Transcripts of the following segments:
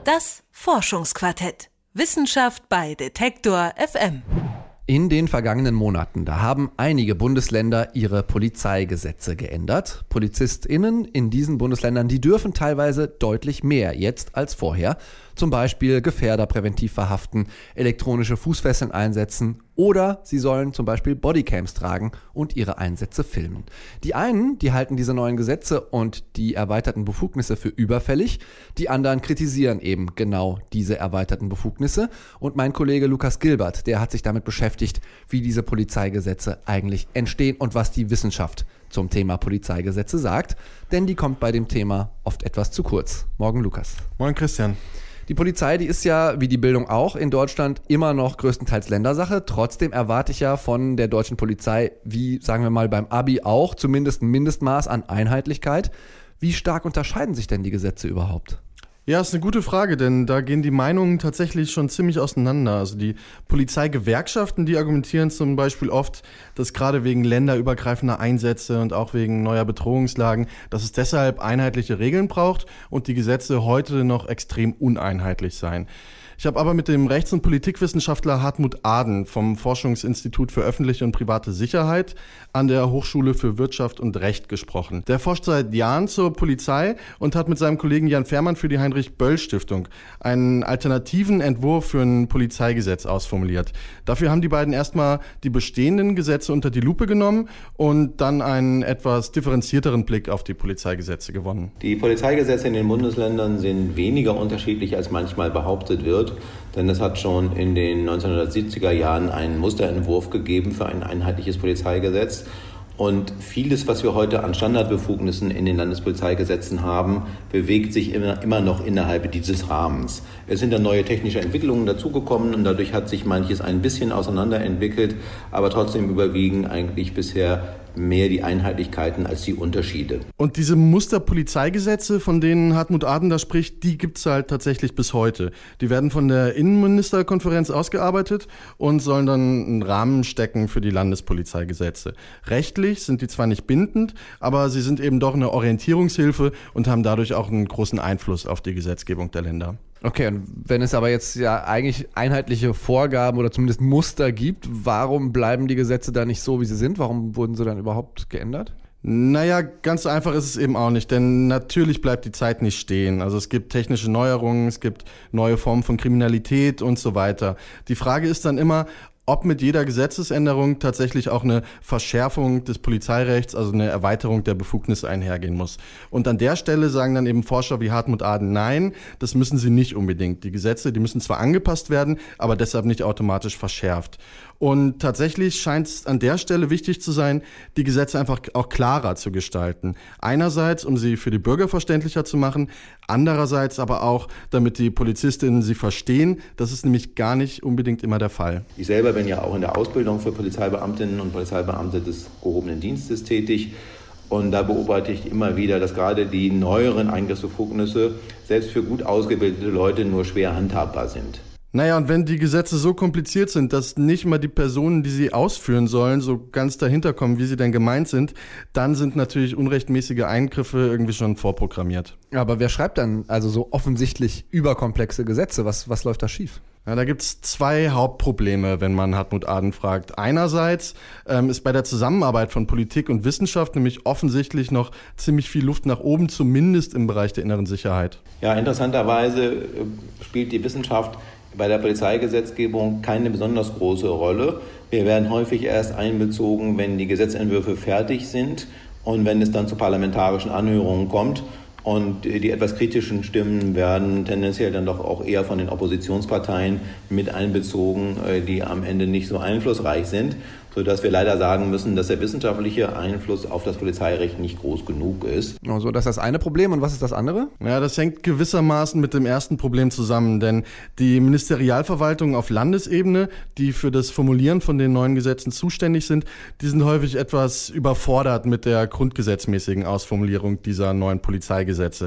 Das Forschungsquartett. Wissenschaft bei Detektor FM. In den vergangenen Monaten, da haben einige Bundesländer ihre Polizeigesetze geändert. PolizistInnen in diesen Bundesländern, die dürfen teilweise deutlich mehr jetzt als vorher. Zum Beispiel Gefährder präventiv verhaften, elektronische Fußfesseln einsetzen oder sie sollen zum Beispiel Bodycams tragen und ihre Einsätze filmen. Die einen, die halten diese neuen Gesetze und die erweiterten Befugnisse für überfällig. Die anderen kritisieren eben genau diese erweiterten Befugnisse. Und mein Kollege Lukas Gilbert, der hat sich damit beschäftigt, wie diese Polizeigesetze eigentlich entstehen und was die Wissenschaft zum Thema Polizeigesetze sagt. Denn die kommt bei dem Thema oft etwas zu kurz. Morgen, Lukas. Moin, Christian. Die Polizei, die ist ja, wie die Bildung auch, in Deutschland immer noch größtenteils Ländersache. Trotzdem erwarte ich ja von der deutschen Polizei, wie sagen wir mal beim Abi auch, zumindest ein Mindestmaß an Einheitlichkeit. Wie stark unterscheiden sich denn die Gesetze überhaupt? Ja, ist eine gute Frage, denn da gehen die Meinungen tatsächlich schon ziemlich auseinander. Also die Polizeigewerkschaften, die argumentieren zum Beispiel oft, dass gerade wegen länderübergreifender Einsätze und auch wegen neuer Bedrohungslagen, dass es deshalb einheitliche Regeln braucht und die Gesetze heute noch extrem uneinheitlich seien. Ich habe aber mit dem Rechts- und Politikwissenschaftler Hartmut Aden vom Forschungsinstitut für öffentliche und private Sicherheit an der Hochschule für Wirtschaft und Recht gesprochen. Der forscht seit Jahren zur Polizei und hat mit seinem Kollegen Jan Fehrmann für die Heinrich-Böll-Stiftung einen alternativen Entwurf für ein Polizeigesetz ausformuliert. Dafür haben die beiden erstmal die bestehenden Gesetze unter die Lupe genommen und dann einen etwas differenzierteren Blick auf die Polizeigesetze gewonnen. Die Polizeigesetze in den Bundesländern sind weniger unterschiedlich, als manchmal behauptet wird. Denn es hat schon in den 1970er Jahren einen Musterentwurf gegeben für ein einheitliches Polizeigesetz. Und vieles, was wir heute an Standardbefugnissen in den Landespolizeigesetzen haben, bewegt sich immer noch innerhalb dieses Rahmens. Es sind dann neue technische Entwicklungen dazugekommen und dadurch hat sich manches ein bisschen auseinanderentwickelt, aber trotzdem überwiegen eigentlich bisher mehr die Einheitlichkeiten als die Unterschiede. Und diese Musterpolizeigesetze, von denen Hartmut Aden da spricht, die gibt's halt tatsächlich bis heute. Die werden von der Innenministerkonferenz ausgearbeitet und sollen dann einen Rahmen stecken für die Landespolizeigesetze. Rechtlich sind die zwar nicht bindend, aber sie sind eben doch eine Orientierungshilfe und haben dadurch auch einen großen Einfluss auf die Gesetzgebung der Länder. Okay, und wenn es aber jetzt ja eigentlich einheitliche Vorgaben oder zumindest Muster gibt, warum bleiben die Gesetze da nicht so, wie sie sind? Warum wurden sie dann überhaupt geändert? Naja, ganz so einfach ist es eben auch nicht, denn natürlich bleibt die Zeit nicht stehen. Also es gibt technische Neuerungen, es gibt neue Formen von Kriminalität und so weiter. Die Frage ist dann immer, ob mit jeder Gesetzesänderung tatsächlich auch eine Verschärfung des Polizeirechts, also eine Erweiterung der Befugnisse einhergehen muss. Und an der Stelle sagen dann eben Forscher wie Hartmut Aden, nein, das müssen sie nicht unbedingt. Die Gesetze, die müssen zwar angepasst werden, aber deshalb nicht automatisch verschärft. Und tatsächlich scheint es an der Stelle wichtig zu sein, die Gesetze einfach auch klarer zu gestalten. Einerseits, um sie für die Bürger verständlicher zu machen, andererseits aber auch, damit die Polizistinnen sie verstehen. Das ist nämlich gar nicht unbedingt immer der Fall. Ich selber bin ja auch in der Ausbildung für Polizeibeamtinnen und Polizeibeamte des gehobenen Dienstes tätig. Und da beobachte ich immer wieder, dass gerade die neueren Eingriffsbefugnisse selbst für gut ausgebildete Leute nur schwer handhabbar sind. Naja, und wenn die Gesetze so kompliziert sind, dass nicht mal die Personen, die sie ausführen sollen, so ganz dahinter kommen, wie sie denn gemeint sind, dann sind natürlich unrechtmäßige Eingriffe irgendwie schon vorprogrammiert. Aber wer schreibt dann also so offensichtlich überkomplexe Gesetze? Was läuft da schief? Ja, da gibt's zwei Hauptprobleme, wenn man Hartmut Aden fragt. Einerseits ist bei der Zusammenarbeit von Politik und Wissenschaft nämlich offensichtlich noch ziemlich viel Luft nach oben, zumindest im Bereich der inneren Sicherheit. Ja, interessanterweise spielt die Wissenschaft bei der Polizeigesetzgebung keine besonders große Rolle. Wir werden häufig erst einbezogen, wenn die Gesetzentwürfe fertig sind und wenn es dann zu parlamentarischen Anhörungen kommt. Und die etwas kritischen Stimmen werden tendenziell dann doch auch eher von den Oppositionsparteien mit einbezogen, die am Ende nicht so einflussreich sind, sodass wir leider sagen müssen, dass der wissenschaftliche Einfluss auf das Polizeirecht nicht groß genug ist. Also das ist das eine Problem. Und was ist das andere? Ja, das hängt gewissermaßen mit dem ersten Problem zusammen, denn die Ministerialverwaltungen auf Landesebene, die für das Formulieren von den neuen Gesetzen zuständig sind, die sind häufig etwas überfordert mit der grundgesetzmäßigen Ausformulierung dieser neuen Polizeigesetze.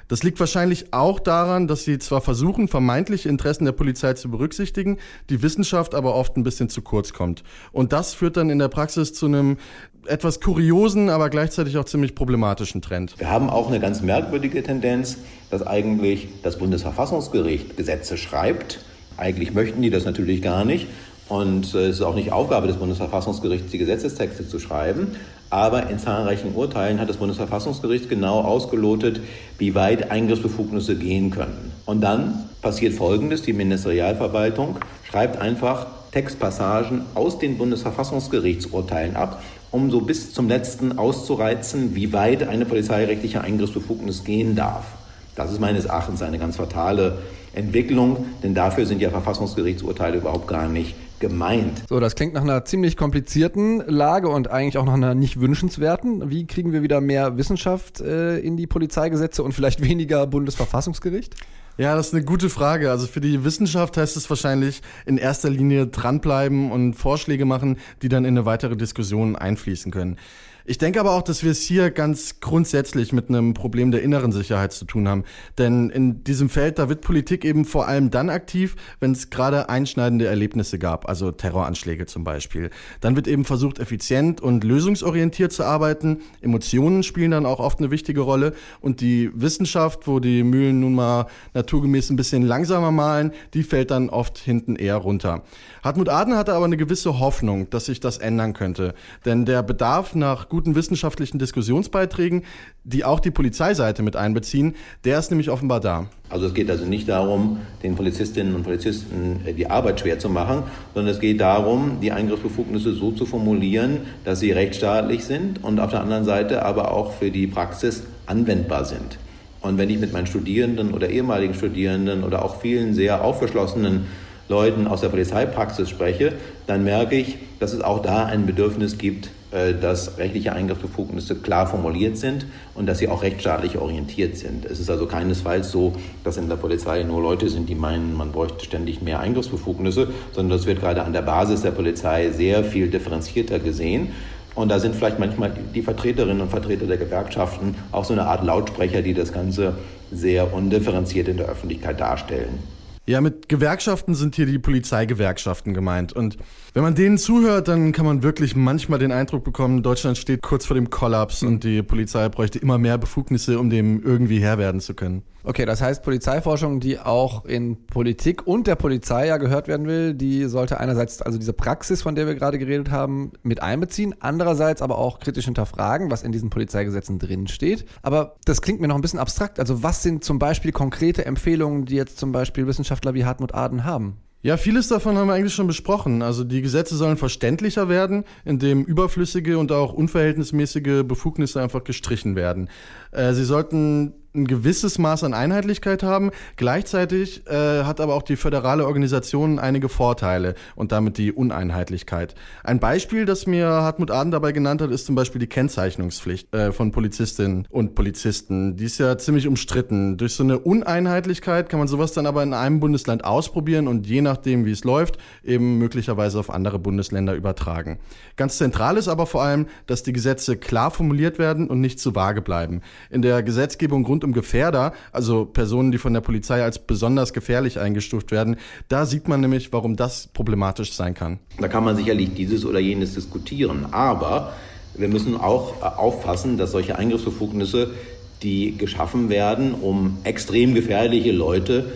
Das liegt wahrscheinlich auch daran, dass sie zwar versuchen, vermeintliche Interessen der Polizei zu berücksichtigen, die Wissenschaft aber oft ein bisschen zu kurz kommt. Und das führt dann in der Praxis zu einem etwas kuriosen, aber gleichzeitig auch ziemlich problematischen Trend. Wir haben auch eine ganz merkwürdige Tendenz, dass eigentlich das Bundesverfassungsgericht Gesetze schreibt. Eigentlich möchten die das natürlich gar nicht. Und es ist auch nicht Aufgabe des Bundesverfassungsgerichts, die Gesetzestexte zu schreiben. Aber in zahlreichen Urteilen hat das Bundesverfassungsgericht genau ausgelotet, wie weit Eingriffsbefugnisse gehen können. Und dann passiert Folgendes: Die Ministerialverwaltung schreibt einfach Textpassagen aus den Bundesverfassungsgerichtsurteilen ab, um so bis zum letzten auszureizen, wie weit eine polizeirechtliche Eingriffsbefugnis gehen darf. Das ist meines Erachtens eine ganz fatale Entwicklung, denn dafür sind ja Verfassungsgerichtsurteile überhaupt gar nicht gemeint. So, das klingt nach einer ziemlich komplizierten Lage und eigentlich auch nach einer nicht wünschenswerten. Wie kriegen wir wieder mehr Wissenschaft in die Polizeigesetze und vielleicht weniger Bundesverfassungsgericht? Ja, das ist eine gute Frage. Also für die Wissenschaft heißt es wahrscheinlich in erster Linie dranbleiben und Vorschläge machen, die dann in eine weitere Diskussion einfließen können. Ich denke aber auch, dass wir es hier ganz grundsätzlich mit einem Problem der inneren Sicherheit zu tun haben. Denn in diesem Feld, da wird Politik eben vor allem dann aktiv, wenn es gerade einschneidende Erlebnisse gab, also Terroranschläge zum Beispiel. Dann wird eben versucht, effizient und lösungsorientiert zu arbeiten. Emotionen spielen dann auch oft eine wichtige Rolle. Und die Wissenschaft, wo die Mühlen nun mal naturgemäß ein bisschen langsamer mahlen, die fällt dann oft hinten eher runter. Hartmut Aden hatte aber eine gewisse Hoffnung, dass sich das ändern könnte. Denn der Bedarf nach guten wissenschaftlichen Diskussionsbeiträgen, die auch die Polizeiseite mit einbeziehen, der ist nämlich offenbar da. Also es geht also nicht darum, den Polizistinnen und Polizisten die Arbeit schwer zu machen, sondern es geht darum, die Eingriffsbefugnisse so zu formulieren, dass sie rechtsstaatlich sind und auf der anderen Seite aber auch für die Praxis anwendbar sind. Und wenn ich mit meinen Studierenden oder ehemaligen Studierenden oder auch vielen sehr aufgeschlossenen Leuten aus der Polizeipraxis spreche, dann merke ich, dass es auch da ein Bedürfnis gibt, dass rechtliche Eingriffsbefugnisse klar formuliert sind und dass sie auch rechtsstaatlich orientiert sind. Es ist also keinesfalls so, dass in der Polizei nur Leute sind, die meinen, man bräuchte ständig mehr Eingriffsbefugnisse, sondern das wird gerade an der Basis der Polizei sehr viel differenzierter gesehen. Und da sind vielleicht manchmal die Vertreterinnen und Vertreter der Gewerkschaften auch so eine Art Lautsprecher, die das Ganze sehr undifferenziert in der Öffentlichkeit darstellen. Ja, mit Gewerkschaften sind hier die Polizeigewerkschaften gemeint. Und wenn man denen zuhört, dann kann man wirklich manchmal den Eindruck bekommen, Deutschland steht kurz vor dem Kollaps und die Polizei bräuchte immer mehr Befugnisse, um dem irgendwie Herr werden zu können. Okay, das heißt, Polizeiforschung, die auch in Politik und der Polizei ja gehört werden will, die sollte einerseits also diese Praxis, von der wir gerade geredet haben, mit einbeziehen, andererseits aber auch kritisch hinterfragen, was in diesen Polizeigesetzen drinsteht. Aber das klingt mir noch ein bisschen abstrakt. Also was sind zum Beispiel konkrete Empfehlungen, die jetzt zum Beispiel Wissenschaftler wie Hartmut Aden haben? Ja, vieles davon haben wir eigentlich schon besprochen. Also die Gesetze sollen verständlicher werden, indem überflüssige und auch unverhältnismäßige Befugnisse einfach gestrichen werden. Sie sollten ein gewisses Maß an Einheitlichkeit haben. Gleichzeitig hat aber auch die föderale Organisation einige Vorteile und damit die Uneinheitlichkeit. Ein Beispiel, das mir Hartmut Aden dabei genannt hat, ist zum Beispiel die Kennzeichnungspflicht von Polizistinnen und Polizisten. Die ist ja ziemlich umstritten. Durch so eine Uneinheitlichkeit kann man sowas dann aber in einem Bundesland ausprobieren und je nachdem, wie es läuft, eben möglicherweise auf andere Bundesländer übertragen. Ganz zentral ist aber vor allem, dass die Gesetze klar formuliert werden und nicht zu vage bleiben. In der Gesetzgebung rund um Gefährder, also Personen, die von der Polizei als besonders gefährlich eingestuft werden, da sieht man nämlich, warum das problematisch sein kann. Da kann man sicherlich dieses oder jenes diskutieren, aber wir müssen auch aufpassen, dass solche Eingriffsbefugnisse, die geschaffen werden, um extrem gefährliche Leute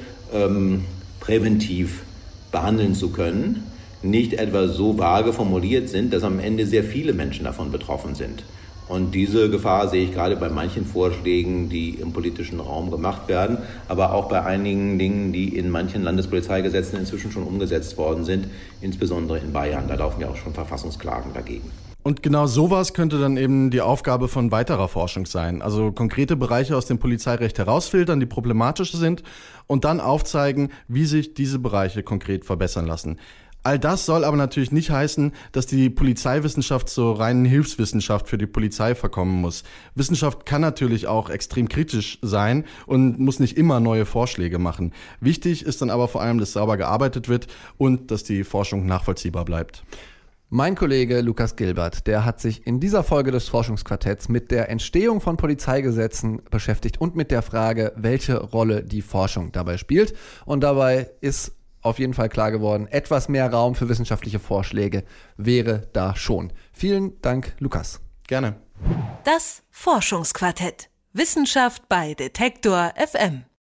präventiv behandeln zu können, nicht etwa so vage formuliert sind, dass am Ende sehr viele Menschen davon betroffen sind. Und diese Gefahr sehe ich gerade bei manchen Vorschlägen, die im politischen Raum gemacht werden, aber auch bei einigen Dingen, die in manchen Landespolizeigesetzen inzwischen schon umgesetzt worden sind, insbesondere in Bayern. Da laufen ja auch schon Verfassungsklagen dagegen. Und genau sowas könnte dann eben die Aufgabe von weiterer Forschung sein. Also konkrete Bereiche aus dem Polizeirecht herausfiltern, die problematisch sind und dann aufzeigen, wie sich diese Bereiche konkret verbessern lassen. All das soll aber natürlich nicht heißen, dass die Polizeiwissenschaft zur reinen Hilfswissenschaft für die Polizei verkommen muss. Wissenschaft kann natürlich auch extrem kritisch sein und muss nicht immer neue Vorschläge machen. Wichtig ist dann aber vor allem, dass sauber gearbeitet wird und dass die Forschung nachvollziehbar bleibt. Mein Kollege Lukas Gilbert, der hat sich in dieser Folge des Forschungsquartetts mit der Entstehung von Polizeigesetzen beschäftigt und mit der Frage, welche Rolle die Forschung dabei spielt. Und dabei ist auf jeden Fall klar geworden, etwas mehr Raum für wissenschaftliche Vorschläge wäre da schon. Vielen Dank, Lukas. Gerne. Das Forschungsquartett. Wissenschaft bei Detektor FM.